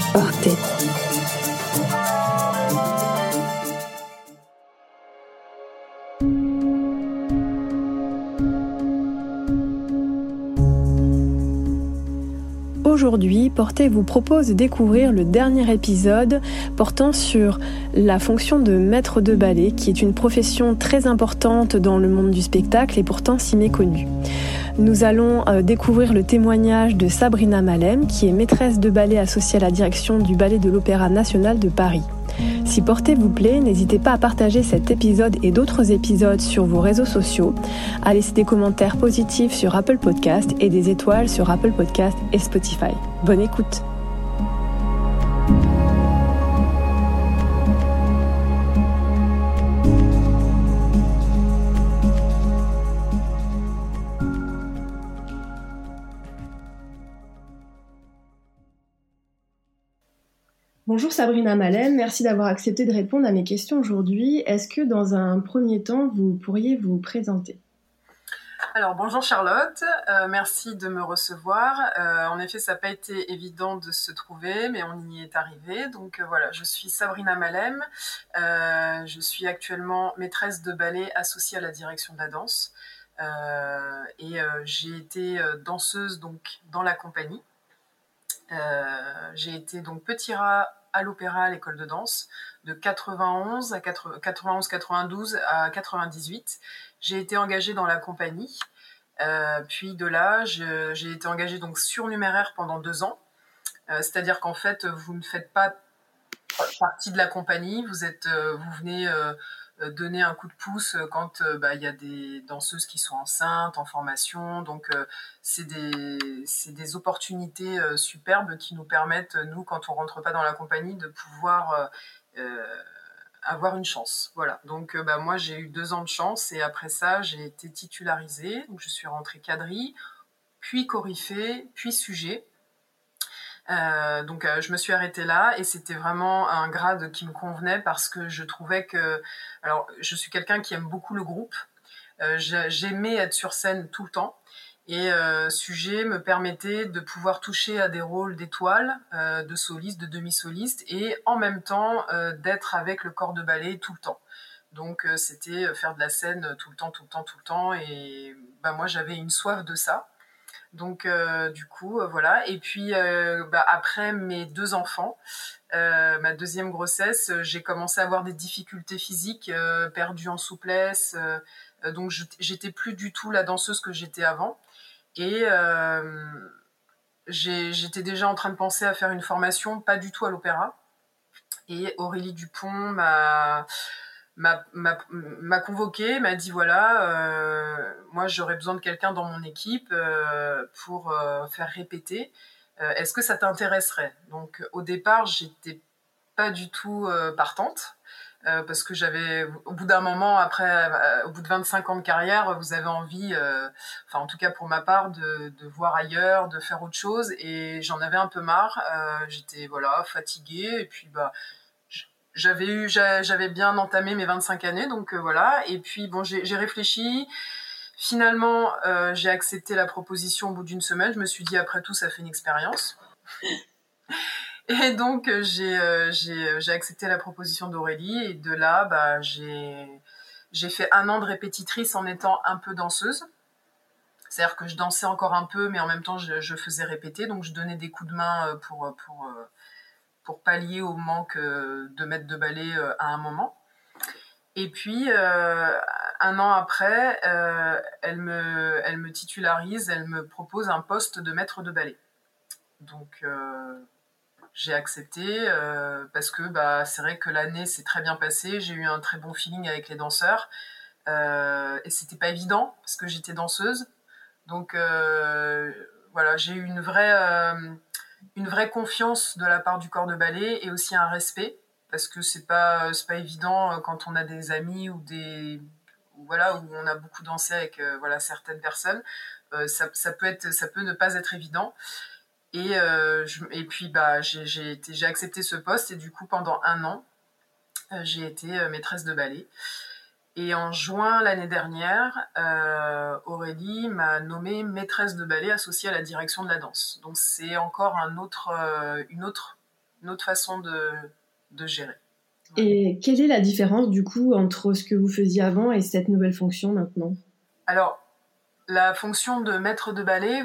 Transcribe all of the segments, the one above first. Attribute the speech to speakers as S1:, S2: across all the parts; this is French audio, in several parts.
S1: Orthée. Aujourd'hui, Portée vous propose de découvrir le dernier épisode portant sur la fonction de maître de ballet, qui est une profession très importante dans le monde du spectacle et pourtant si méconnue. Nous allons découvrir le témoignage de Sabrina Malem, qui est maîtresse de ballet associée à la direction du Ballet de l'Opéra National de Paris. Si Portée vous plaît, n'hésitez pas à partager cet épisode et d'autres épisodes sur vos réseaux sociaux, à laisser des commentaires positifs sur Apple Podcast et des étoiles sur Apple Podcast et Spotify. Bonne écoute! Bonjour Sabrina Malem, merci d'avoir accepté de répondre à mes questions aujourd'hui. Est-ce que dans un premier temps, vous pourriez vous présenter ?
S2: Alors bonjour Charlotte, merci de me recevoir. En effet, ça n'a pas été évident de se trouver, mais on y est arrivé. Donc voilà, je suis Sabrina Malem, je suis actuellement maîtresse de ballet associée à la direction de la danse. J'ai été danseuse donc dans la compagnie. J'ai été donc petit rat à l'opéra, à l'école de danse, de 91-92 à 98. J'ai été engagée dans la compagnie. Puis de là, j'ai été engagée donc surnuméraire pendant 2 ans. C'est-à-dire qu'en fait, vous ne faites pas partie de la compagnie, vous venez donner un coup de pouce quand y a des danseuses qui sont enceintes, en formation. Donc c'est des opportunités superbes qui nous permettent, nous, quand on rentre pas dans la compagnie, de pouvoir avoir une chance. Voilà. Donc moi j'ai eu 2 ans de chance et après ça j'ai été titularisée. Donc je suis rentrée quadrille, puis coryphée, puis sujet. Je me suis arrêtée là et c'était vraiment un grade qui me convenait parce que je trouvais que... Alors, je suis quelqu'un qui aime beaucoup le groupe. J'aimais être sur scène tout le temps. Et sujet me permettait de pouvoir toucher à des rôles d'étoiles, de soliste, de demi-soliste, et en même temps d'être avec le corps de ballet tout le temps. Donc c'était faire de la scène tout le temps. Et moi, j'avais une soif de ça. Donc du coup voilà. Et puis après mes 2 enfants, ma deuxième grossesse, j'ai commencé à avoir des difficultés physiques, perdues en souplesse, donc j'étais plus du tout la danseuse que j'étais avant. Et j'étais déjà en train de penser à faire une formation, pas du tout à l'opéra. Et Aurélie Dupont m'a convoqué, m'a dit voilà, moi j'aurais besoin de quelqu'un dans mon équipe pour faire répéter. Est-ce que ça t'intéresserait ? Donc au départ, j'étais pas du tout partante. Parce que au bout d'un moment, après, au bout de 25 ans de carrière, vous avez envie, en tout cas pour ma part, de voir ailleurs, de faire autre chose, et j'en avais un peu marre. J'étais fatiguée, et puis j'avais bien entamé mes 25 années, donc voilà. Et puis j'ai réfléchi. Finalement, j'ai accepté la proposition au bout d'une semaine. Je me suis dit, après tout, ça fait une expérience. Et donc, j'ai accepté la proposition d'Aurélie. Et de là, j'ai fait 1 an de répétitrice en étant un peu danseuse. C'est-à-dire que je dansais encore un peu, mais en même temps, je faisais répéter. Donc, je donnais des coups de main pour pallier au manque de maître de ballet à un moment. Et puis, 1 an après, elle me titularise, elle me propose un poste de maître de ballet. Donc, j'ai accepté parce que c'est vrai que l'année s'est très bien passée, j'ai eu un très bon feeling avec les danseurs et c'était pas évident parce que j'étais danseuse. Donc j'ai eu une vraie confiance de la part du corps de ballet et aussi un respect parce que c'est pas évident quand on a des amis où on a beaucoup dansé avec certaines personnes. Ça peut ne pas être évident. Et puis j'ai accepté ce poste et du coup pendant 1 an j'ai été maîtresse de ballet. Et en juin l'année dernière, Aurélie m'a nommée maîtresse de ballet associée à la direction de la danse. Donc c'est encore une autre une autre façon de gérer.
S3: Et quelle est la différence du coup entre ce que vous faisiez avant et cette nouvelle fonction maintenant?
S2: Alors, la fonction de maître de ballet,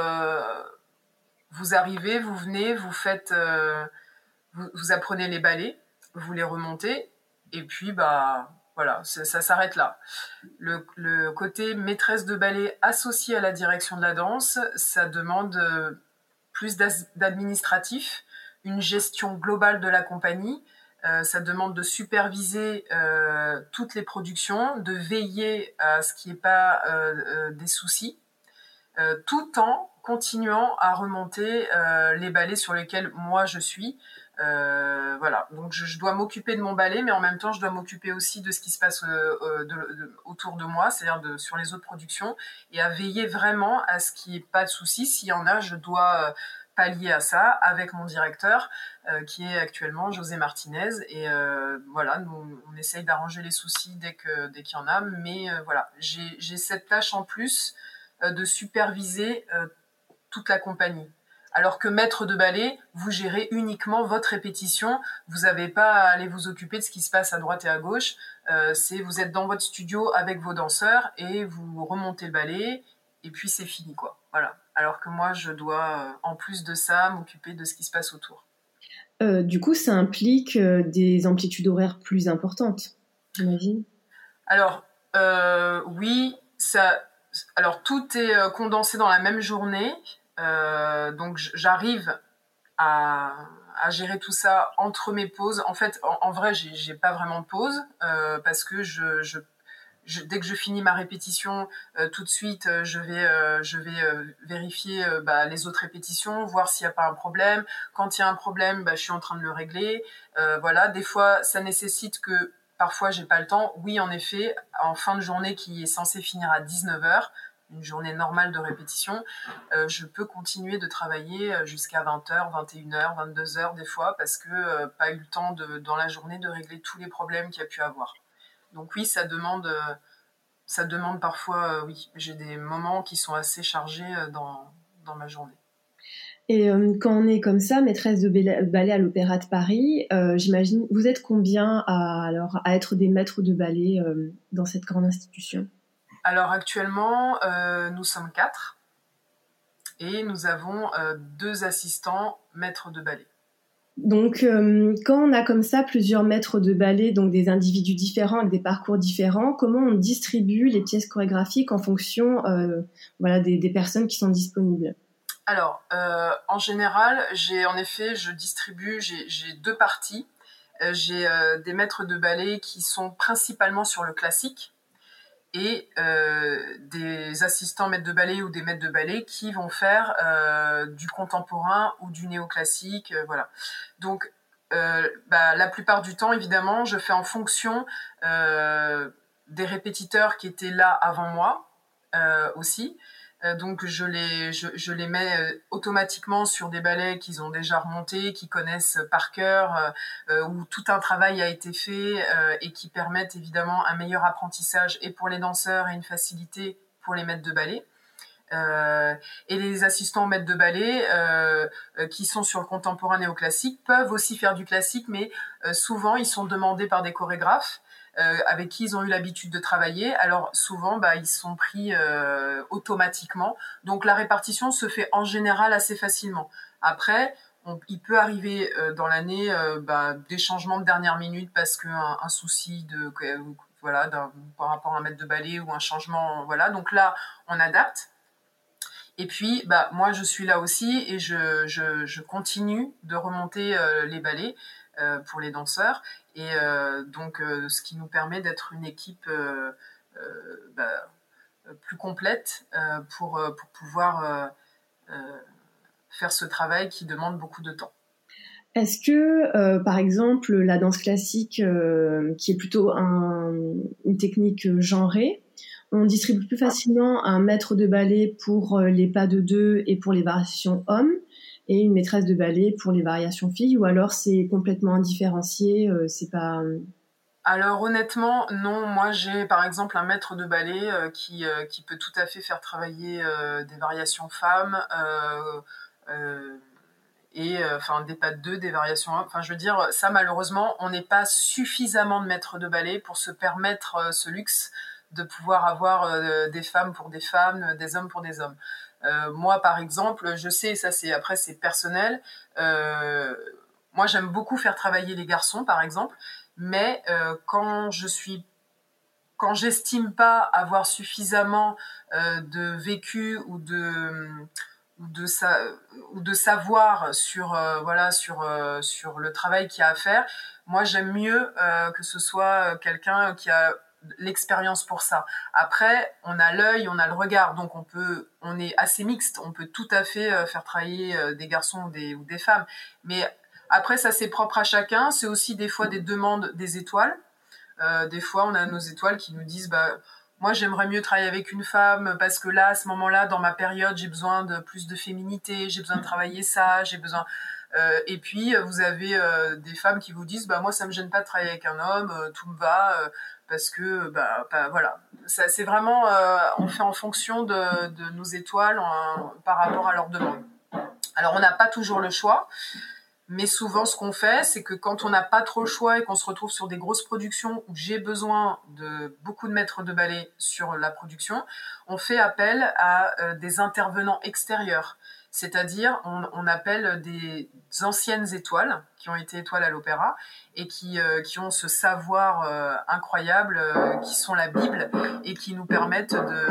S2: vous arrivez, vous venez, vous faites, vous apprenez les ballets, vous les remontez, et puis voilà, ça s'arrête là. Le côté maîtresse de ballet associé à la direction de la danse, ça demande plus d'administratif, une gestion globale de la compagnie. Ça demande de superviser toutes les productions, de veiller à ce qu'il n'y ait pas des soucis, tout en continuant à remonter les ballets sur lesquels moi je suis. Voilà, donc je dois m'occuper de mon ballet, mais en même temps je dois m'occuper aussi de ce qui se passe autour de moi, c'est-à-dire sur les autres productions, et à veiller vraiment à ce qu'il n'y ait pas de soucis. S'il y en a, je dois pallier à ça avec mon directeur, qui est actuellement José Martinez, et voilà, nous on essaye d'arranger les soucis dès qu'il y en a, mais voilà, j'ai cette tâche en plus de superviser toute la compagnie. Alors que maître de ballet, vous gérez uniquement votre répétition, vous n'avez pas à aller vous occuper de ce qui se passe à droite et à gauche, vous êtes dans votre studio avec vos danseurs et vous remontez le ballet, et puis c'est fini, quoi. Voilà. Alors que moi, je dois, en plus de ça, m'occuper de ce qui se passe autour.
S3: Du coup, ça implique des amplitudes horaires plus importantes, j'imagine.
S2: Alors, oui, alors tout est condensé dans la même journée, donc j'arrive à gérer tout ça entre mes pauses. En fait, en vrai, j'ai pas vraiment de pause parce que dès que je finis ma répétition, tout de suite, je vais vérifier les autres répétitions, voir s'il n'y a pas un problème. Quand il y a un problème, je suis en train de le régler. Voilà, des fois, ça nécessite que parfois, j'ai pas le temps. Oui, en effet, en fin de journée qui est censée finir à 19h, une journée normale de répétition, je peux continuer de travailler jusqu'à 20h, 21h, 22h des fois, parce que pas eu le temps dans la journée de régler tous les problèmes qu'il y a pu avoir. Donc oui, ça demande parfois, oui, j'ai des moments qui sont assez chargés dans ma journée.
S3: Et quand on est comme ça, maîtresse de ballet à l'Opéra de Paris, j'imagine, vous êtes combien à être des maîtres de ballet dans cette grande institution?
S2: Alors actuellement, nous sommes 4 et nous avons 2 assistants maîtres de ballet.
S3: Donc, quand on a comme ça plusieurs maîtres de ballet, donc des individus différents avec des parcours différents, comment on distribue les pièces chorégraphiques en fonction des personnes qui sont disponibles?
S2: Alors, en général, je distribue, j'ai 2 parties. J'ai des maîtres de ballet qui sont principalement sur le classique et des assistants maîtres de ballet ou des maîtres de ballet qui vont faire du contemporain ou du néoclassique, voilà. Donc, la plupart du temps, évidemment, je fais en fonction des répétiteurs qui étaient là avant moi aussi. Donc je les mets automatiquement sur des ballets qu'ils ont déjà remontés, qu'ils connaissent par cœur, où tout un travail a été fait et qui permettent évidemment un meilleur apprentissage et pour les danseurs et une facilité pour les maîtres de ballet. Et les assistants maîtres de ballet qui sont sur le contemporain néoclassique peuvent aussi faire du classique, mais souvent ils sont demandés par des chorégraphes avec qui ils ont eu l'habitude de travailler. Alors souvent, ils sont pris automatiquement. Donc la répartition se fait en général assez facilement. Après, il peut arriver dans l'année des changements de dernière minute parce qu'un souci par rapport à un maître de ballet ou un changement, voilà. Donc là, on adapte. Et puis, moi, je suis là aussi et je continue de remonter les ballets pour les danseurs. Et donc, ce qui nous permet d'être une équipe plus complète pour pouvoir faire ce travail qui demande beaucoup de temps.
S3: Est-ce que, par exemple, la danse classique, qui est plutôt une technique genrée, on distribue plus facilement un maître de ballet pour les pas de deux et pour les variations hommes et une maîtresse de ballet pour les variations filles, ou alors c'est complètement indifférencié, c'est pas...
S2: Alors honnêtement, non. Moi, j'ai par exemple un maître de ballet qui peut tout à fait faire travailler des variations femmes et enfin des pas de deux, des variations. Enfin, je veux dire, ça malheureusement, on n'est pas suffisamment de maîtres de ballet pour se permettre ce luxe de pouvoir avoir des femmes pour des femmes, des hommes pour des hommes. Moi, par exemple, je sais, ça c'est personnel. Moi, j'aime beaucoup faire travailler les garçons, par exemple, mais quand j'estime pas avoir suffisamment de vécu ou de savoir sur sur le travail qu'il y a à faire, moi j'aime mieux que ce soit quelqu'un qui a l'expérience pour ça. Après, on a l'œil, on a le regard, donc on est assez mixte, on peut tout à fait faire travailler des garçons ou des femmes. Mais après, ça c'est propre à chacun, c'est aussi des fois des demandes des étoiles. Des fois, on a nos étoiles qui nous disent moi, j'aimerais mieux travailler avec une femme parce que là, à ce moment-là, dans ma période, j'ai besoin de plus de féminité, j'ai besoin de travailler ça, j'ai besoin... et puis, vous avez des femmes qui vous disent moi, ça me gêne pas de travailler avec un homme, tout me va, parce que, voilà. Ça, c'est vraiment... on fait en fonction de nos étoiles par rapport à leurs demandes. Alors, on n'a pas toujours le choix. Mais souvent, ce qu'on fait, c'est que quand on n'a pas trop le choix et qu'on se retrouve sur des grosses productions où j'ai besoin de beaucoup de maîtres de ballet sur la production, on fait appel à des intervenants extérieurs. C'est-à-dire, on appelle des anciennes étoiles qui ont été étoiles à l'opéra et qui ont ce savoir incroyable, qui sont la Bible et qui nous permettent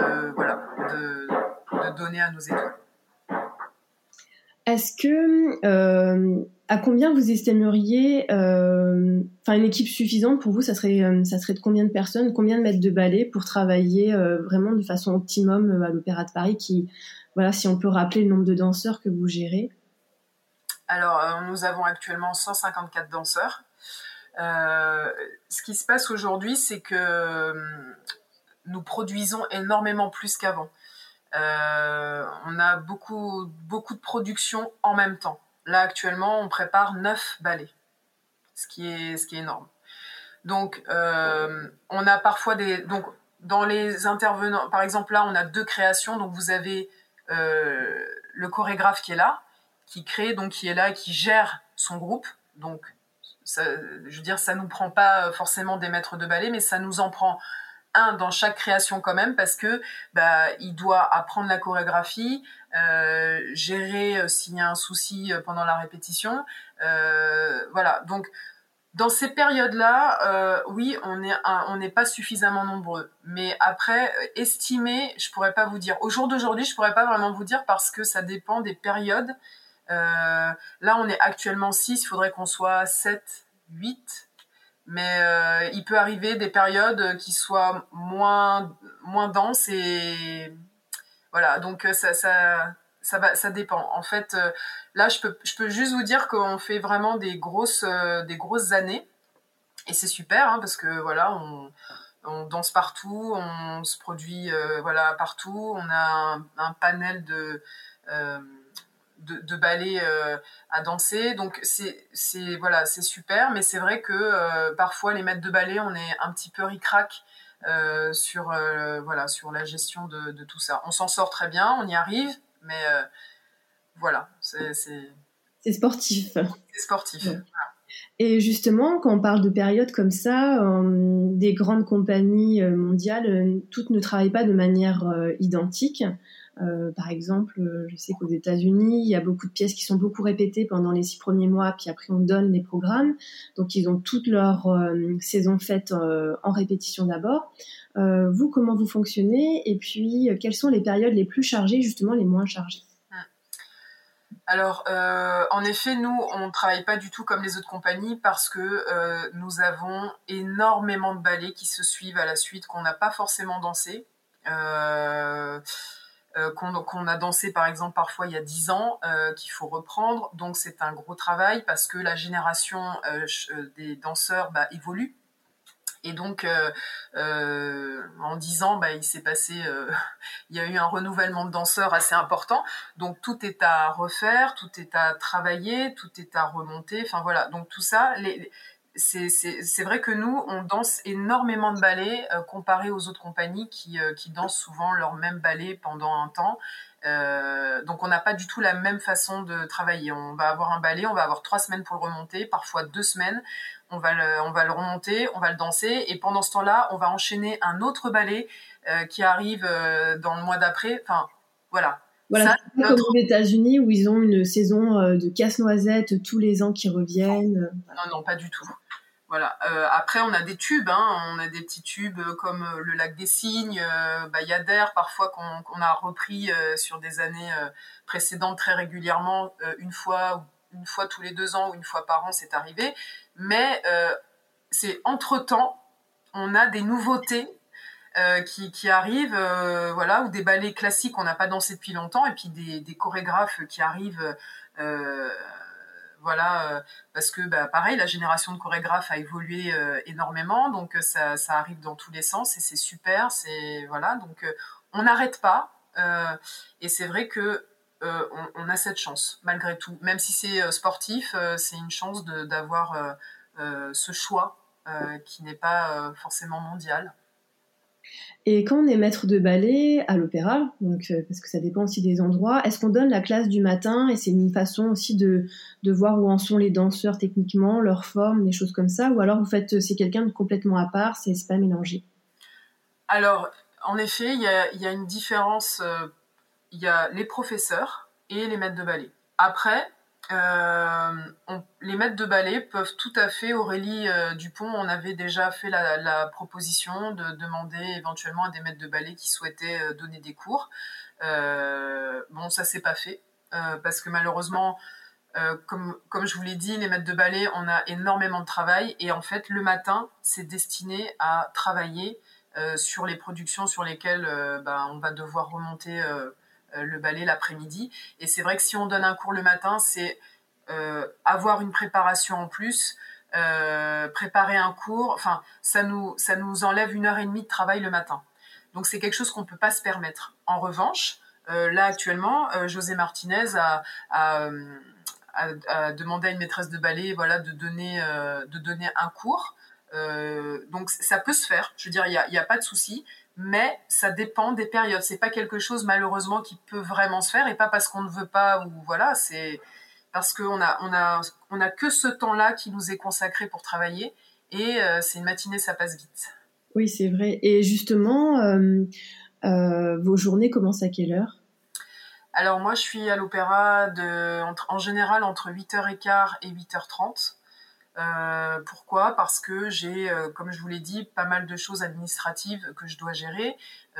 S2: de donner à nos étoiles.
S3: Est-ce que à combien vous estimeriez, une équipe suffisante pour vous, ça serait de combien de personnes, combien de maîtres de ballet pour travailler vraiment de façon optimum à l'Opéra de Paris, qui, voilà, si on peut rappeler le nombre de danseurs que vous gérez?
S2: Alors, nous avons actuellement 154 danseurs. Ce qui se passe aujourd'hui, c'est que nous produisons énormément plus qu'avant. On a beaucoup de productions en même temps. Là, actuellement, on prépare 9 ballets, ce qui est énorme. Donc, on a parfois donc, dans les intervenants, par exemple, là, on a 2 créations. Donc, vous avez le chorégraphe qui est là, qui crée, donc qui est là, qui gère son groupe. Donc, ça, je veux dire, ça nous prend pas forcément des maîtres de ballet, mais ça nous en prend un dans chaque création quand même, parce que il doit apprendre la chorégraphie, gérer s'il y a un souci pendant la répétition, voilà. Donc dans ces périodes-là, oui, on n'est pas suffisamment nombreux. Mais après, estimer, je pourrais pas vous dire. Au jour d'aujourd'hui, je pourrais pas vraiment vous dire parce que ça dépend des périodes. Là, on est actuellement 6, il faudrait qu'on soit 7, 8. Mais il peut arriver des périodes qui soient moins denses et voilà. Donc ça dépend. En fait, là je peux juste vous dire qu'on fait vraiment des grosses années et c'est super parce que voilà, on danse partout, on se produit voilà partout, on a un panel de ballet à danser, donc c'est super, mais c'est vrai que parfois les maîtres de ballet, on est un petit peu ric-rac sur la gestion de tout ça. On s'en sort très bien, on y arrive, mais voilà, c'est
S3: sportif.
S2: C'est sportif.
S3: Ouais. Et justement, quand on parle de périodes comme ça, des grandes compagnies mondiales, toutes ne travaillent pas de manière identique. Par exemple, je sais qu'aux États-Unis, il y a beaucoup de pièces qui sont beaucoup répétées pendant les 6 premiers mois, puis après on donne les programmes. Donc ils ont toute leur saison faite en répétition d'abord. Vous, comment vous fonctionnez? Et puis, quelles sont les périodes les plus chargées, justement les moins chargées?
S2: Alors, en effet, nous, on ne travaille pas du tout comme les autres compagnies parce que nous avons énormément de ballets qui se suivent à la suite, qu'on n'a pas forcément dansé. Qu'on a dansé par exemple parfois il y a 10 ans, qu'il faut reprendre, donc c'est un gros travail parce que la génération des danseurs évolue et donc en 10 ans il s'est passé il y a eu un renouvellement de danseurs assez important, donc tout est à refaire, tout est à travailler, tout est à remonter, enfin voilà, donc tout ça c'est vrai que nous, on danse énormément de ballets comparé aux autres compagnies qui dansent souvent leur même ballet pendant un temps. Donc on n'a pas du tout la même façon de travailler. On va avoir un ballet, on va avoir 3 semaines pour le remonter, parfois 2 semaines. On va le remonter, on va le danser, et pendant ce temps-là, on va enchaîner un autre ballet qui arrive dans le mois d'après. Enfin, voilà.
S3: Voilà,
S2: Ça,
S3: c'est pas comme aux États-Unis où ils ont une saison de casse-noisette tous les ans qui reviennent.
S2: Non, pas du tout. Voilà. Après, on a des tubes, on a des petits tubes comme le Lac des Cygnes, Bayadère, parfois qu'on a repris sur des années précédentes très régulièrement, une fois tous les 2 ans ou une fois par an, c'est arrivé. Mais c'est entre-temps, on a des nouveautés qui arrivent, voilà, ou des ballets classiques qu'on n'a pas dansé depuis longtemps, et puis des chorégraphes qui arrivent, voilà, parce que pareil, la génération de chorégraphes a évolué énormément, donc ça arrive dans tous les sens et c'est super, c'est voilà, donc on n'arrête pas, et c'est vrai que on a cette chance malgré tout, même si c'est sportif, c'est une chance d'avoir ce choix qui n'est pas forcément mondial.
S3: Et quand on est maître de ballet à l'opéra, donc parce que ça dépend aussi des endroits, est-ce qu'on donne la classe du matin et c'est une façon aussi de voir où en sont les danseurs techniquement, leur forme, des choses comme ça, ou alors vous faites c'est quelqu'un de complètement à part, c'est pas mélangé?
S2: Alors, en effet, il y a une différence. Il y a les professeurs et les maîtres de ballet. Après, les maîtres de ballet peuvent tout à fait, Aurélie Dupont, on avait déjà fait la proposition de demander éventuellement à des maîtres de ballet qui souhaitaient donner des cours. Bon, ça s'est pas fait, parce que malheureusement, comme je vous l'ai dit, les maîtres de ballet, on a énormément de travail, et en fait, le matin, c'est destiné à travailler sur les productions sur lesquelles on va devoir remonter le ballet l'après-midi. Et c'est vrai que si on donne un cours le matin, c'est avoir une préparation en plus, préparer un cours, enfin, ça nous enlève 1 heure et demie de travail le matin. Donc c'est quelque chose qu'on ne peut pas se permettre. En revanche, là actuellement, José Martinez a demandé à une maîtresse de ballet, voilà, de donner un cours. Donc ça peut se faire, je veux dire, il y a pas de souci, mais ça dépend des périodes. C'est pas quelque chose malheureusement qui peut vraiment se faire, et pas parce qu'on ne veut pas, ou voilà, c'est parce qu'on a que ce temps-là qui nous est consacré pour travailler, et c'est une matinée, ça passe vite.
S3: Oui, c'est vrai. Et justement, vos journées commencent à quelle heure?
S2: Alors moi, je suis à l'opéra en général entre 8h15 et 8h30. Pourquoi ? Parce que j'ai, comme je vous l'ai dit, pas mal de choses administratives que je dois gérer.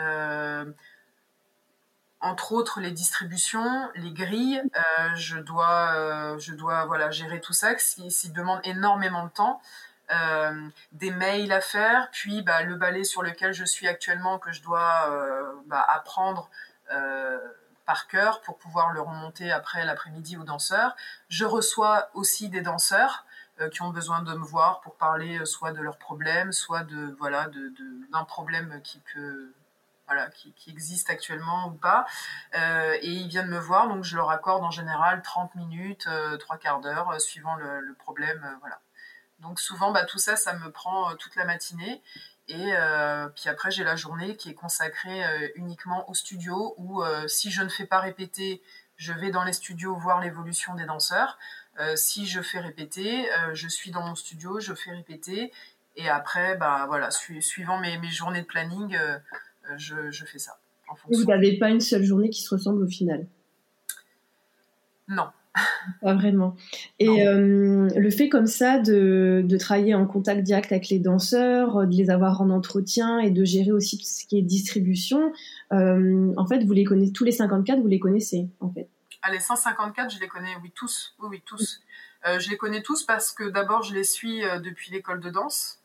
S2: Entre autres, les distributions, les grilles. Je dois voilà, gérer tout ça, qui demande énormément de temps. Des mails à faire, puis le ballet sur lequel je suis actuellement, que je dois apprendre par cœur pour pouvoir le remonter après l'après-midi aux danseurs. Je reçois aussi des danseurs qui ont besoin de me voir pour parler soit de leurs problèmes, soit d'un problème qui existe actuellement ou pas. Et ils viennent me voir, donc je leur accorde en général 30 minutes, 3/4 d'heure, suivant le problème. Voilà. Donc souvent, tout ça, ça me prend toute la matinée. Et puis après, j'ai la journée qui est consacrée uniquement au studio, où si je ne fais pas répéter, je vais dans les studios voir l'évolution des danseurs. Si je fais répéter, je suis dans mon studio, je fais répéter. Et après, voilà, suivant mes journées de planning, je fais ça. En
S3: Vous
S2: fonction.
S3: n'avez pas une seule journée qui se ressemble au final?
S2: Non.
S3: Pas vraiment. Et le fait comme ça de travailler en contact direct avec les danseurs, de les avoir en entretien et de gérer aussi tout ce qui est distribution, en fait, vous les connaissez, tous les 54, vous les connaissez, en fait.
S2: Les 154, je les connais, oui, tous. Oui, tous. Je les connais tous parce que d'abord, je les suis depuis l'école de danse.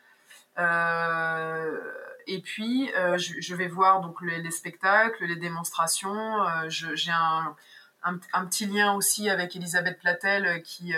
S2: Et puis, je vais voir donc les spectacles, les démonstrations. J'ai un petit lien aussi avec Elisabeth Platel qui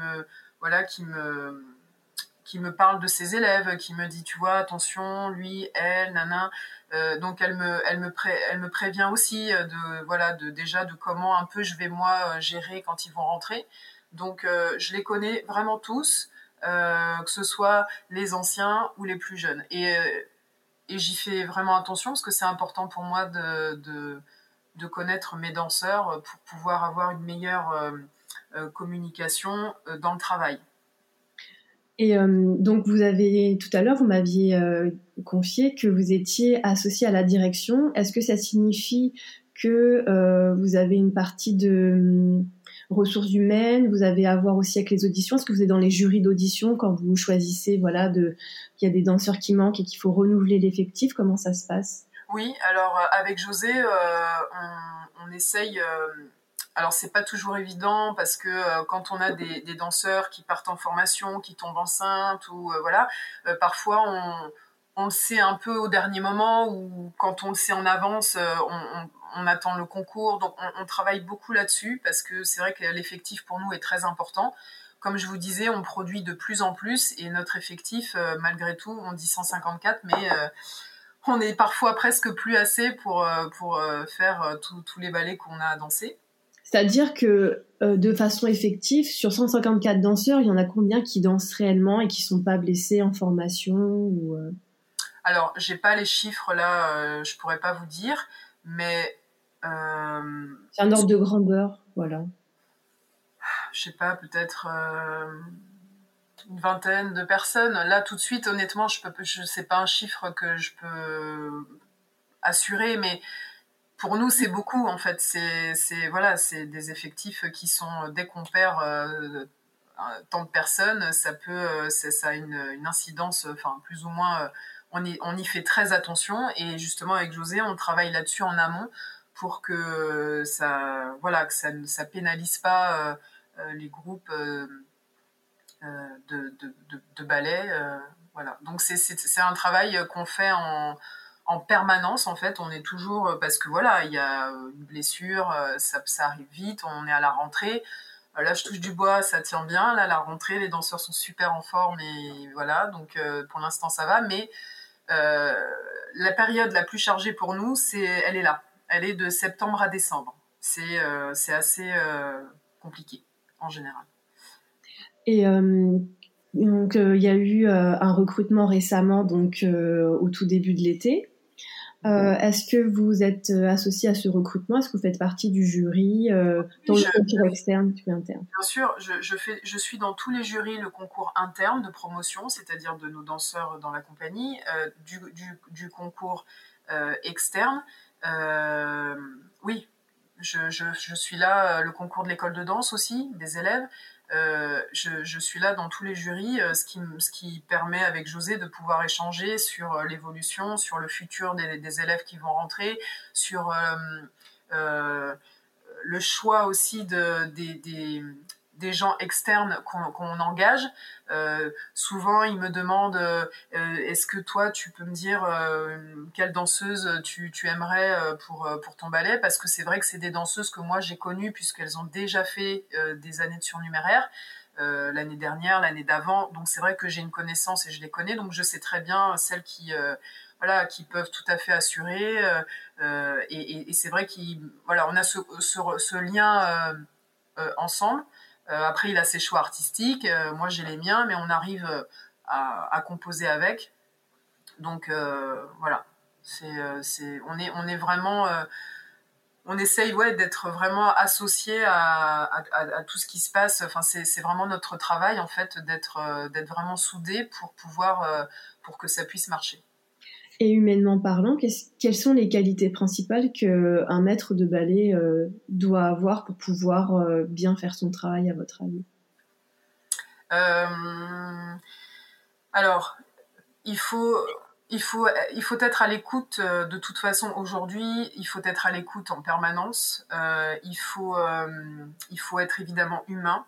S2: me parle de ses élèves, qui me dit, tu vois, attention, lui, elle, nana. Donc elle me prévient aussi déjà de comment un peu je vais moi gérer quand ils vont rentrer. Donc je les connais vraiment tous, que ce soit les anciens ou les plus jeunes. Et j'y fais vraiment attention parce que c'est important pour moi de connaître mes danseurs pour pouvoir avoir une meilleure communication dans le travail.
S3: Et donc tout à l'heure, vous m'aviez confié que vous étiez associé à la direction. Est-ce que ça signifie que vous avez une partie de ressources humaines, vous avez à voir aussi avec les auditions? Est-ce que vous êtes dans les jurys d'audition quand vous choisissez, qu'il y a des danseurs qui manquent et qu'il faut renouveler l'effectif? Comment ça se passe?
S2: Oui, alors avec José, on essaye... alors c'est pas toujours évident parce que quand on a des danseurs qui partent en formation, qui tombent enceintes ou parfois on le sait un peu au dernier moment ou quand on le sait en avance, on attend le concours. Donc on travaille beaucoup là-dessus parce que c'est vrai que l'effectif pour nous est très important. Comme je vous disais, on produit de plus en plus et notre effectif, malgré tout, on dit 154, mais on est parfois presque plus assez pour faire tous les ballets qu'on a à danser.
S3: C'est-à-dire que de façon effective, sur 154 danseurs, il y en a combien qui dansent réellement et qui sont pas blessés en formation ou
S2: Alors, j'ai pas les chiffres là, je pourrais pas vous dire, mais
S3: c'est un ordre de grandeur, voilà.
S2: Je sais pas, peut-être une vingtaine de personnes. Là, tout de suite, honnêtement, je sais pas un chiffre que je peux assurer, mais pour nous, c'est beaucoup en fait. C'est des effectifs qui sont, dès qu'on perd tant de personnes, ça a une incidence, enfin plus ou moins. On y fait très attention et justement avec José, on travaille là-dessus en amont pour que ça pénalise pas les groupes de ballet. Voilà. Donc c'est un travail qu'on fait en permanence en fait. On est toujours parce que voilà, il y a une blessure, ça arrive vite, on est à la rentrée. Là, je touche du bois, ça tient bien. Là, la rentrée, les danseurs sont super en forme et voilà. Donc pour l'instant, ça va. Mais la période la plus chargée pour nous, elle est là. Elle est de septembre à décembre. C'est assez compliqué en général.
S3: Et donc il y a eu un recrutement récemment, donc au tout début de l'été. Est-ce que vous êtes associé à ce recrutement? Est-ce que vous faites partie du jury dans le concours externe puis interne?
S2: Bien sûr, je suis dans tous les jurys, le concours interne de promotion, c'est-à-dire de nos danseurs dans la compagnie, du concours externe. Oui, je suis là, le concours de l'école de danse aussi, des élèves. Je suis là dans tous les jurys, ce qui permet avec José de pouvoir échanger sur l'évolution, sur le futur des élèves qui vont rentrer, sur le choix aussi des gens externes qu'on engage. Souvent, ils me demandent est-ce que toi, tu peux me dire quelle danseuse tu aimerais pour ton ballet? Parce que c'est vrai que c'est des danseuses que moi j'ai connues puisqu'elles ont déjà fait des années de surnuméraire. L'année dernière, l'année d'avant. Donc c'est vrai que j'ai une connaissance et je les connais. Donc je sais très bien celles qui peuvent tout à fait assurer. Et c'est vrai on a ce lien ensemble. Après, il a ses choix artistiques, moi j'ai les miens, mais on arrive à composer avec. Donc voilà, on est vraiment, on essaye d'être vraiment associé à tout ce qui se passe. Enfin, c'est vraiment notre travail en fait d'être vraiment soudés pour pouvoir pour que ça puisse marcher.
S3: Et humainement parlant, quelles sont les qualités principales qu'un maître de ballet doit avoir pour pouvoir bien faire son travail, à votre avis?
S2: Alors, il faut être à l'écoute de toute façon aujourd'hui. Il faut être à l'écoute en permanence. Il faut être évidemment humain.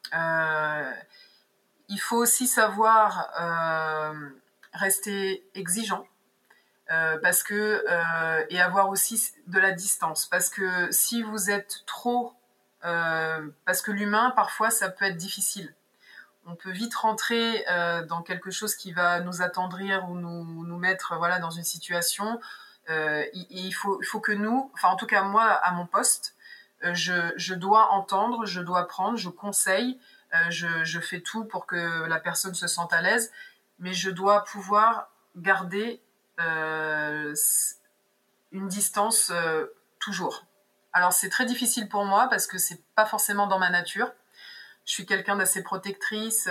S2: Il faut aussi savoir rester exigeant. Parce que et avoir aussi de la distance, parce que si vous êtes trop parce que l'humain parfois ça peut être difficile, on peut vite rentrer dans quelque chose qui va nous attendrir ou nous mettre dans une situation. Il faut que nous, enfin en tout cas moi à mon poste, je dois entendre, je dois prendre, je conseille, je fais tout pour que la personne se sente à l'aise, mais je dois pouvoir garder une distance toujours. Alors c'est très difficile pour moi parce que c'est pas forcément dans ma nature. Je suis quelqu'un d'assez protectrice,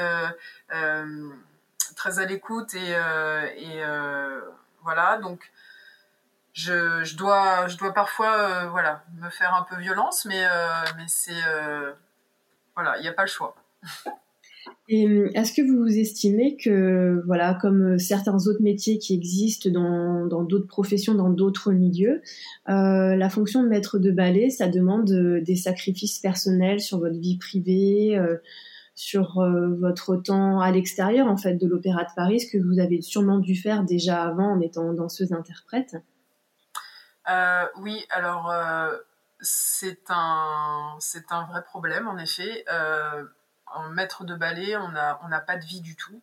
S2: très à l'écoute voilà. Donc je dois parfois voilà me faire un peu violence, mais c'est voilà, il n'y a pas le choix.
S3: Et est-ce que vous estimez que, voilà, comme certains autres métiers qui existent dans d'autres professions, dans d'autres milieux, la fonction de maître de ballet, ça demande des sacrifices personnels sur votre vie privée, sur votre temps à l'extérieur, en fait, de l'Opéra de Paris, ce que vous avez sûrement dû faire déjà avant en étant danseuse-interprète?
S2: Oui, alors c'est un vrai problème, en effet. En maître de ballet, on n'a pas de vie du tout.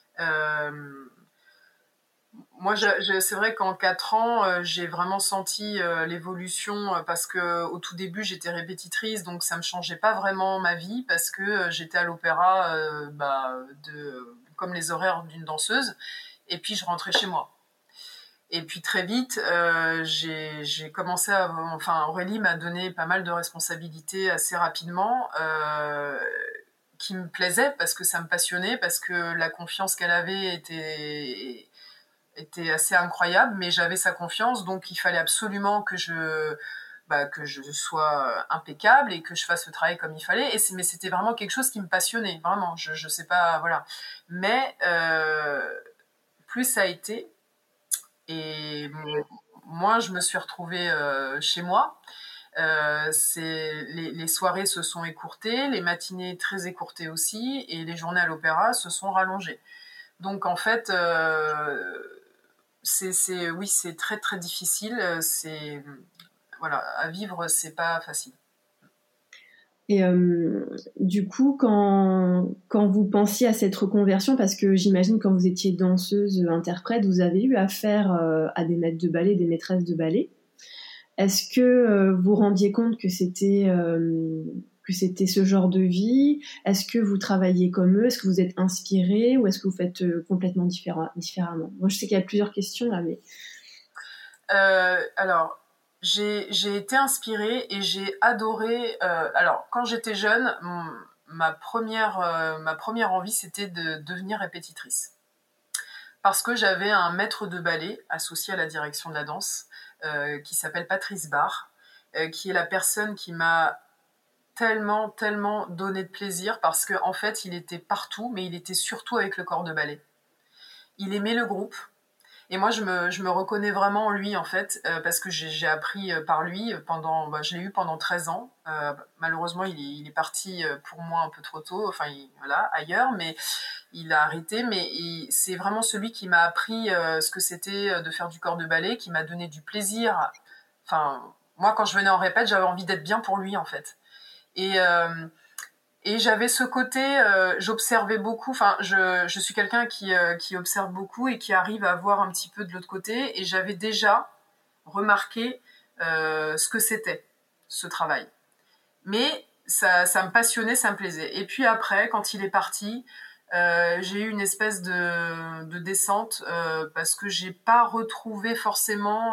S2: Moi, c'est vrai qu'en 4 ans, j'ai vraiment senti l'évolution parce que au tout début, j'étais répétitrice, donc ça me changeait pas vraiment ma vie parce que j'étais à l'opéra, comme les horaires d'une danseuse, et puis je rentrais chez moi. Et puis très vite, j'ai commencé enfin, Aurélie m'a donné pas mal de responsabilités assez rapidement, qui me plaisaient parce que ça me passionnait, parce que la confiance qu'elle avait était assez incroyable, mais j'avais sa confiance, donc il fallait absolument que je sois impeccable et que je fasse le travail comme il fallait. Mais c'était vraiment quelque chose qui me passionnait, vraiment. Je sais pas, voilà. Mais plus ça a été, et moi, je me suis retrouvée chez moi. Les soirées se sont écourtées, les matinées très écourtées aussi, et les journées à l'opéra se sont rallongées. Donc en fait, oui, c'est très très difficile. Voilà, à vivre, c'est pas facile.
S3: Et du coup, quand vous pensiez à cette reconversion, parce que j'imagine quand vous étiez danseuse, interprète, vous avez eu affaire à des maîtres de ballet, des maîtresses de ballet. Est-ce que vous rendiez compte que c'était ce genre de vie? Est-ce que vous travaillez comme eux? Est-ce que vous êtes inspiré ou est-ce que vous faites complètement différemment? Moi, je sais qu'il y a plusieurs questions là, mais
S2: alors, j'ai été inspirée et j'ai adoré. Alors, quand j'étais jeune, ma première envie, c'était de devenir répétitrice. Parce que j'avais un maître de ballet associé à la direction de la danse, qui s'appelle Patrice Barre, qui est la personne qui m'a tellement, tellement donné de plaisir, parce qu'en fait, il était partout, mais il était surtout avec le corps de ballet. Il aimait le groupe. Et moi, je me reconnais vraiment en lui, en fait, parce que j'ai appris par lui je l'ai eu pendant 13 ans. Malheureusement, il est parti pour moi un peu trop tôt, enfin, voilà, ailleurs, mais il a arrêté. Mais c'est vraiment celui qui m'a appris ce que c'était de faire du corps de ballet, qui m'a donné du plaisir. Enfin, moi, quand je venais en répète, j'avais envie d'être bien pour lui, en fait. Et, et j'avais ce côté, j'observais beaucoup, enfin je suis quelqu'un qui observe beaucoup et qui arrive à voir un petit peu de l'autre côté, et j'avais déjà remarqué ce que c'était, ce travail. Mais ça me passionnait, ça me plaisait. Et puis après, quand il est parti, j'ai eu une espèce de descente, parce que j'ai pas retrouvé forcément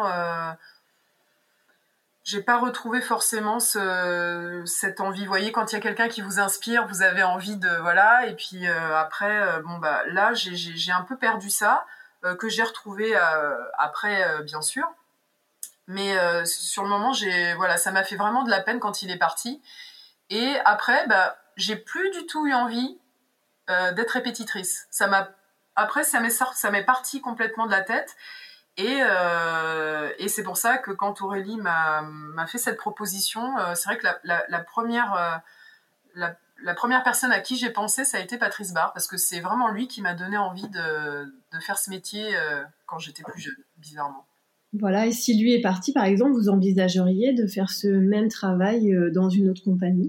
S2: cette envie. Vous voyez, quand il y a quelqu'un qui vous inspire, vous avez envie de voilà. Et puis après, là, j'ai un peu perdu ça, que j'ai retrouvé après, bien sûr. Mais sur le moment, ça m'a fait vraiment de la peine quand il est parti. Et après, j'ai plus du tout eu envie d'être répétitrice. Après, ça m'est parti complètement de la tête. Et c'est pour ça que quand Aurélie m'a fait cette proposition, c'est vrai que la première personne à qui j'ai pensé, ça a été Patrice Barre, parce que c'est vraiment lui qui m'a donné envie de faire ce métier quand j'étais plus jeune, bizarrement.
S3: voilà. Et si lui est parti, par exemple, vous envisageriez de faire ce même travail dans une autre compagnie?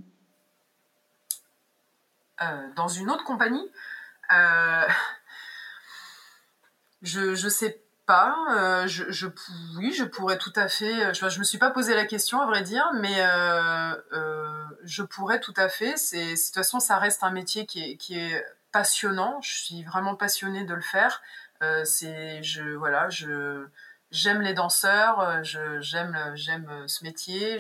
S2: Dans une autre compagnie, je sais pas. Oui, je pourrais tout à fait. Je me suis pas posé la question, à vrai dire, mais je pourrais tout à fait. De toute façon, ça reste un métier qui est passionnant. Je suis vraiment passionnée de le faire. Voilà, j'aime les danseurs, j'aime ce métier,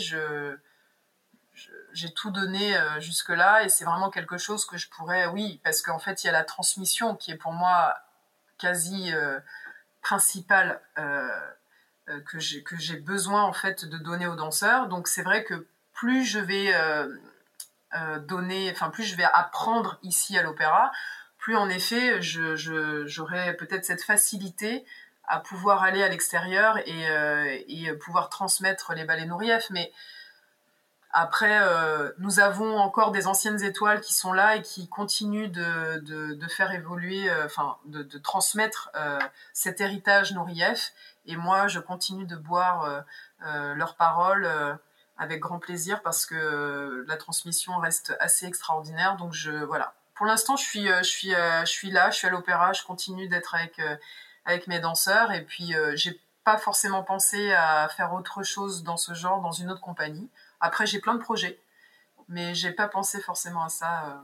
S2: j'ai tout donné jusque-là et c'est vraiment quelque chose que je pourrais, oui, parce qu'en fait, il y a la transmission qui est pour moi quasi principale que j'ai besoin en fait de donner aux danseurs. Donc c'est vrai que plus je vais plus je vais apprendre ici à l'opéra, plus en effet j'aurai peut-être cette facilité à pouvoir aller à l'extérieur et pouvoir transmettre les ballets Nourieff. Mais après, nous avons encore des anciennes étoiles qui sont là et qui continuent de faire évoluer, de transmettre cet héritage Nourieff. Et moi, je continue de boire leurs paroles avec grand plaisir parce que la transmission reste assez extraordinaire. Donc, voilà. Pour l'instant, je suis là, je suis à l'opéra, je continue d'être avec mes danseurs. Et puis, j'ai pas forcément pensé à faire autre chose dans ce genre, dans une autre compagnie. Après, j'ai plein de projets, mais j'ai pas pensé forcément à ça.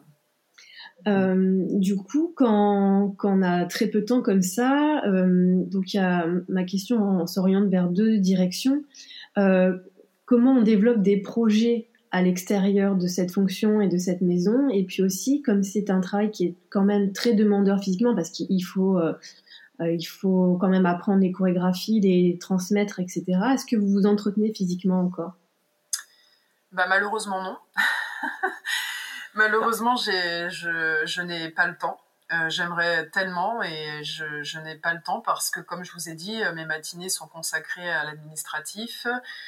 S3: Du coup, quand on a très peu de temps comme ça, donc ma question s'oriente vers deux directions. Comment on développe des projets à l'extérieur de cette fonction et de cette maison, et puis aussi, comme c'est un travail qui est quand même très demandeur physiquement, parce qu'il faut quand même apprendre les chorégraphies, les transmettre, etc. Est-ce que vous vous entretenez physiquement encore ?
S2: Malheureusement non. Malheureusement, je n'ai pas le temps. J'aimerais tellement et je n'ai pas le temps parce que, comme je vous ai dit, mes matinées sont consacrées à l'administratif,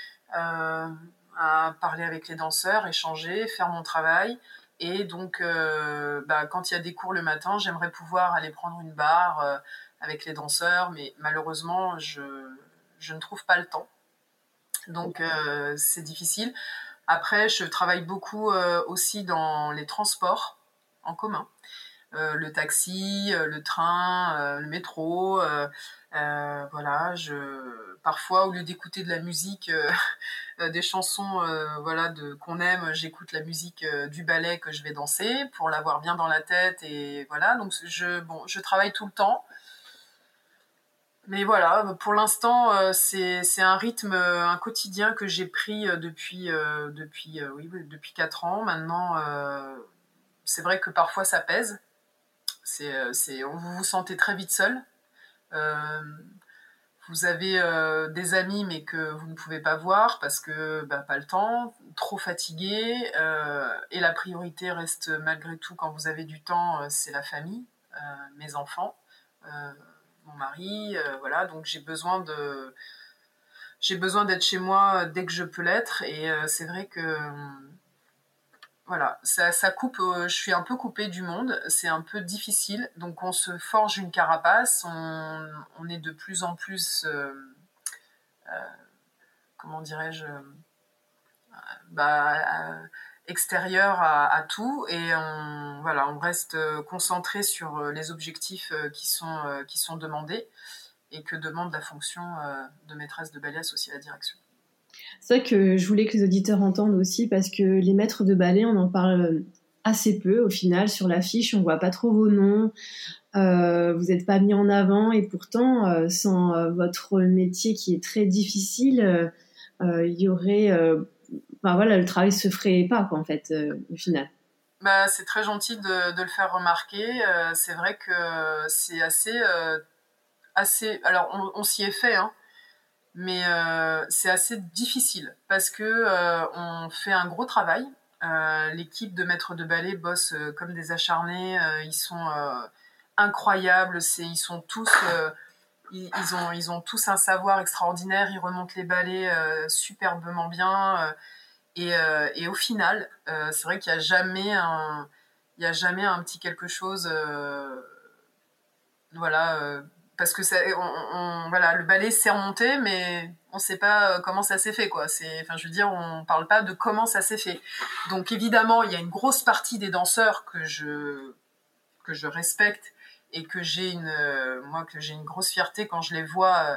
S2: à parler avec les danseurs, échanger, faire mon travail. Et donc, quand il y a des cours le matin, j'aimerais pouvoir aller prendre une barre avec les danseurs, mais malheureusement, je ne trouve pas le temps. Donc, c'est difficile. Après, je travaille beaucoup aussi dans les transports en commun. Le taxi, le train, le métro. Voilà, parfois, au lieu d'écouter de la musique, des chansons qu'on aime, j'écoute la musique du ballet que je vais danser pour l'avoir bien dans la tête. Et voilà, donc je travaille tout le temps. Mais voilà, pour l'instant, c'est un rythme, un quotidien que j'ai pris depuis 4 ans. Maintenant, c'est vrai que parfois ça pèse. Vous vous sentez très vite seul. Vous avez des amis, mais que vous ne pouvez pas voir parce que pas le temps, trop fatigué. Et la priorité reste malgré tout, quand vous avez du temps, c'est la famille, mes enfants. Mon mari, voilà, donc j'ai besoin d'être chez moi dès que je peux l'être et c'est vrai que voilà, ça coupe, je suis un peu coupée du monde, c'est un peu difficile, donc on se forge une carapace, on est de plus en plus, comment dirais-je, extérieur à tout et on reste concentré sur les objectifs qui sont demandés et que demande la fonction de maîtresse de ballet associée à la direction.
S3: C'est vrai que je voulais que les auditeurs entendent aussi parce que les maîtres de ballet, on en parle assez peu au final. Sur l'affiche, on voit pas trop vos noms, vous n'êtes pas mis en avant et pourtant, sans votre métier qui est très difficile, il y aurait... le travail se ferait pas, quoi, en fait, au final.
S2: C'est très gentil de le faire remarquer. C'est vrai que c'est assez. Alors, on s'y est fait, hein, mais c'est assez difficile parce que on fait un gros travail. L'équipe de maîtres de ballet bosse comme des acharnés. Ils sont incroyables. Ils sont tous. Ils ont tous un savoir extraordinaire. Ils remontent les ballets superbement bien. Et au final, c'est vrai qu'il n'y a jamais un petit quelque chose, parce que le ballet s'est remonté, mais on ne sait pas comment ça s'est fait, quoi. On ne parle pas de comment ça s'est fait. Donc évidemment, il y a une grosse partie des danseurs que je respecte et que j'ai une grosse fierté quand je les vois.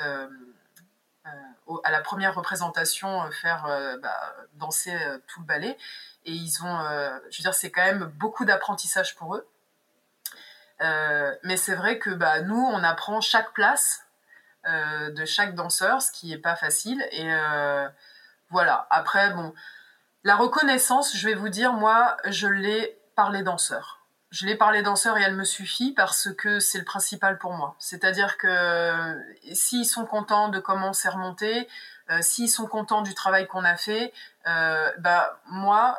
S2: À la première représentation faire danser tout le ballet et ils ont c'est quand même beaucoup d'apprentissage pour eux, mais c'est vrai que nous on apprend chaque place de chaque danseur, ce qui est pas facile. Et voilà. Après, bon, la reconnaissance, je vais vous dire, moi, je l'ai par les danseurs. Je l'ai par les danseurs et elle me suffit parce que c'est le principal pour moi. C'est-à-dire que s'ils sont contents de comment on s'est remonté, s'ils sont contents du travail qu'on a fait, moi,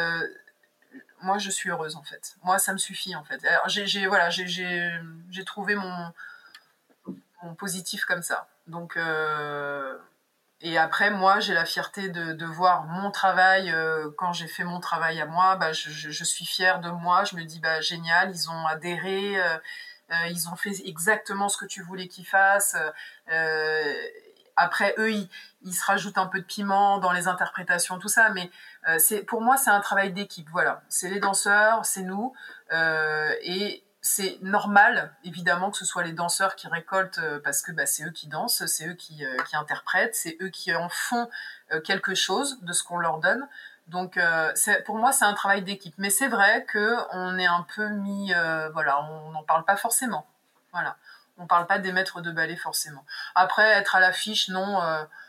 S2: je suis heureuse en fait. Moi, ça me suffit en fait. Alors, j'ai trouvé mon positif comme ça. Donc et après, moi, j'ai la fierté de voir mon travail. Quand j'ai fait mon travail à moi, je suis fière de moi. Je me dis, génial, ils ont adhéré, ils ont fait exactement ce que tu voulais qu'ils fassent. Après, eux, ils se rajoutent un peu de piment dans les interprétations, tout ça. Mais pour moi, c'est un travail d'équipe. Voilà, c'est les danseurs, c'est nous. Et c'est normal, évidemment, que ce soit les danseurs qui récoltent parce que c'est eux qui dansent, c'est eux qui interprètent, c'est eux qui en font quelque chose de ce qu'on leur donne. Donc, pour moi, c'est un travail d'équipe. Mais c'est vrai qu'on est un peu mis... on n'en parle pas forcément. Voilà. On ne parle pas des maîtres de ballet forcément. Après, être à l'affiche, non,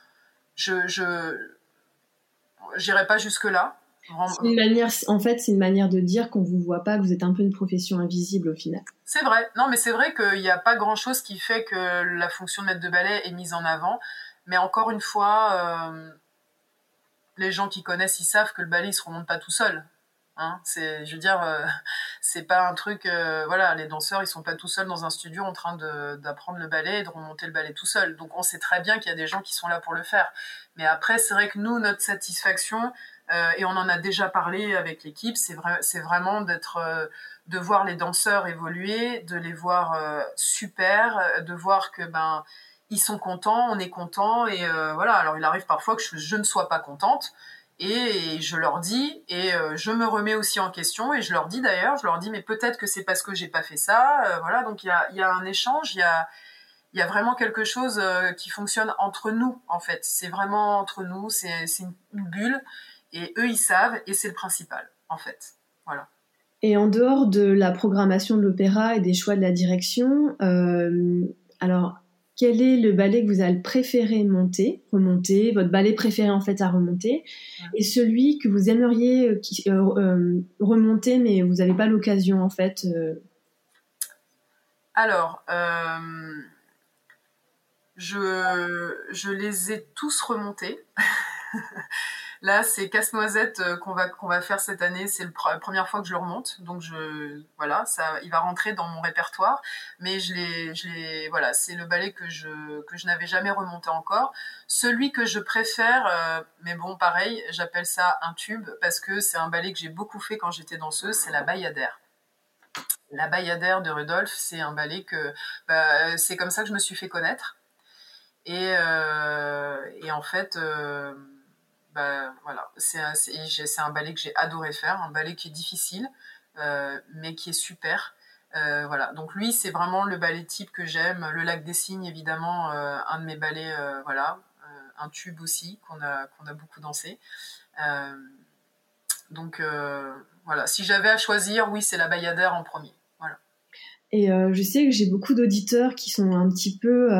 S2: j'irai pas jusque-là.
S3: C'est une manière de dire qu'on vous voit pas, que vous êtes un peu une profession invisible au final.
S2: C'est vrai. Non, mais c'est vrai qu'il n'y a pas grand-chose qui fait que la fonction de maître de ballet est mise en avant. Mais encore une fois, les gens qui connaissent, ils savent que le ballet, il se remonte pas tout seul. Hein, c'est pas un truc... les danseurs, ils sont pas tout seuls dans un studio en train d'apprendre le ballet et de remonter le ballet tout seul. Donc, on sait très bien qu'il y a des gens qui sont là pour le faire. Mais après, c'est vrai que nous, notre satisfaction... et on en a déjà parlé avec l'équipe, c'est vraiment de voir les danseurs évoluer, de les voir super, de voir que ils sont contents, on est contents et voilà. Alors il arrive parfois que je ne sois pas contente et je leur dis et je me remets aussi en question et je leur dis mais peut-être que c'est parce que j'ai pas fait ça, voilà. Donc il y a un échange, il y a vraiment quelque chose qui fonctionne entre nous en fait. C'est vraiment entre nous, c'est une bulle. Et eux, ils savent, et c'est le principal, en fait. Voilà.
S3: Et en dehors de la programmation de l'opéra et des choix de la direction, alors, quel est le ballet que vous avez préféré remonter, votre ballet préféré, en fait, à remonter, et celui que vous aimeriez remonter, mais vous n'avez pas l'occasion, en fait
S2: Alors, je les ai tous remontés. Là, c'est Casse-Noisette qu'on va faire cette année. C'est la première fois que je le remonte, donc il va rentrer dans mon répertoire. Mais c'est le ballet que je n'avais jamais remonté encore. Celui que je préfère, mais bon, pareil, j'appelle ça un tube parce que c'est un ballet que j'ai beaucoup fait quand j'étais danseuse. C'est la Bayadère. La Bayadère de Rudolph, c'est un ballet que c'est comme ça que je me suis fait connaître. Et en fait. C'est un ballet que j'ai adoré faire, un ballet qui est difficile, mais qui est super. Donc lui, c'est vraiment le ballet type que j'aime. Le Lac des Cygnes, évidemment, un de mes ballets, un tube aussi qu'on a beaucoup dansé. Si j'avais à choisir, oui, c'est la Bayadère en premier. Voilà.
S3: Et je sais que j'ai beaucoup d'auditeurs qui sont un petit peu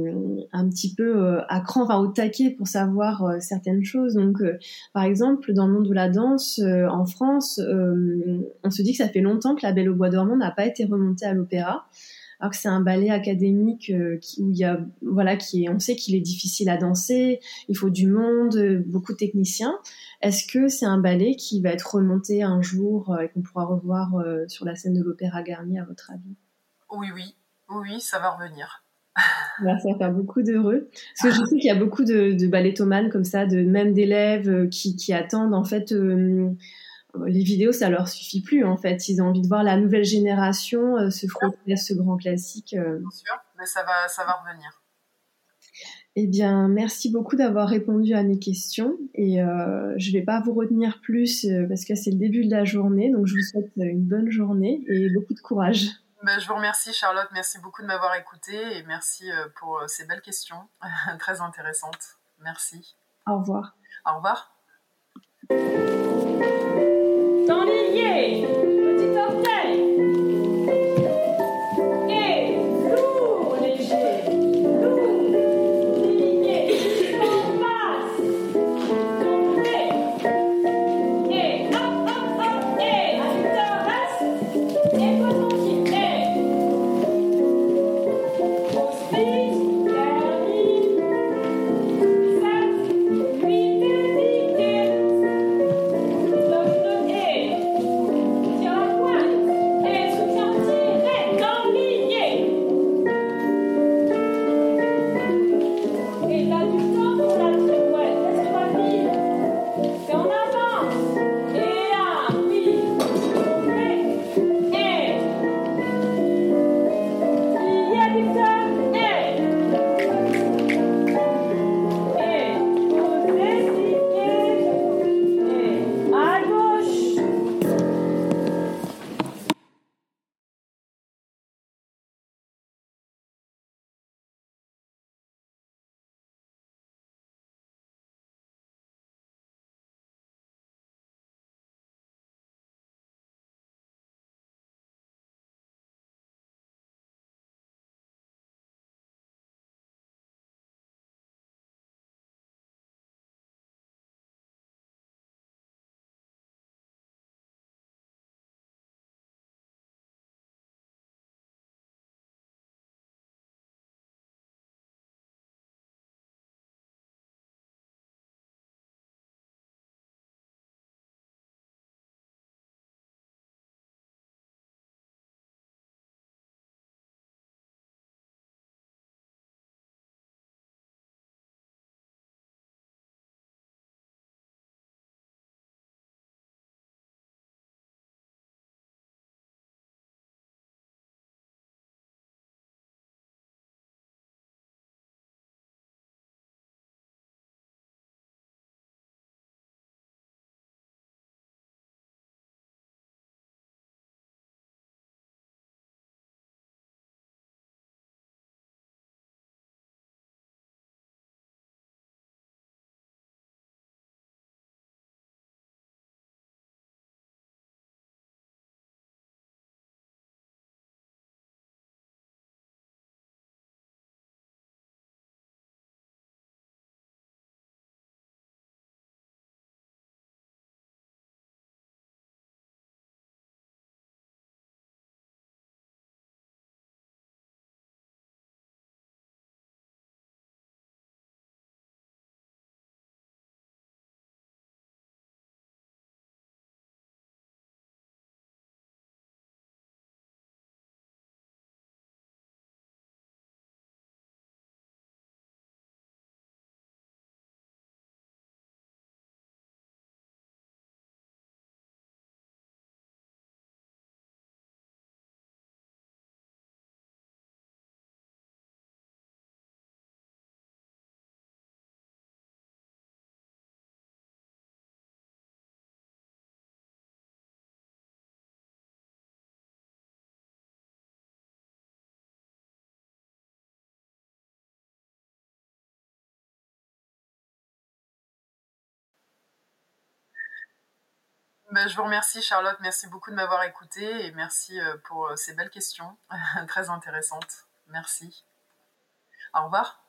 S3: à cran, au taquet pour savoir certaines choses. Donc, par exemple, dans le monde de la danse, en France, on se dit que ça fait longtemps que La Belle au bois dormant n'a pas été remontée à l'opéra, alors que c'est un ballet académique où il y a, on sait qu'il est difficile à danser, il faut du monde, beaucoup de techniciens. Est-ce que c'est un ballet qui va être remonté un jour et qu'on pourra revoir sur la scène de l'Opéra Garnier, à votre avis ?
S2: Oui, ça va revenir.
S3: Ça va faire beaucoup d'heureux. Parce que je sais qu'il y a beaucoup de ballettomanes comme ça, même d'élèves qui attendent. En fait, les vidéos, ça leur suffit plus. En fait, ils ont envie de voir la nouvelle génération se frotter à ce grand classique.
S2: Bien sûr, mais ça va revenir.
S3: Eh bien, merci beaucoup d'avoir répondu à mes questions et je vais pas vous retenir plus parce que c'est le début de la journée, donc je vous souhaite une bonne journée et beaucoup de courage.
S2: Je vous remercie Charlotte, merci beaucoup de m'avoir écoutée et merci pour ces belles questions, très intéressantes. Merci.
S3: Au revoir.
S2: Au revoir.
S4: Dans l'Ilier, petit orteil. Et lourd, léger, lourd.
S2: Je vous remercie Charlotte, merci beaucoup de m'avoir écoutée et merci pour ces belles questions très intéressantes. Merci. Au revoir.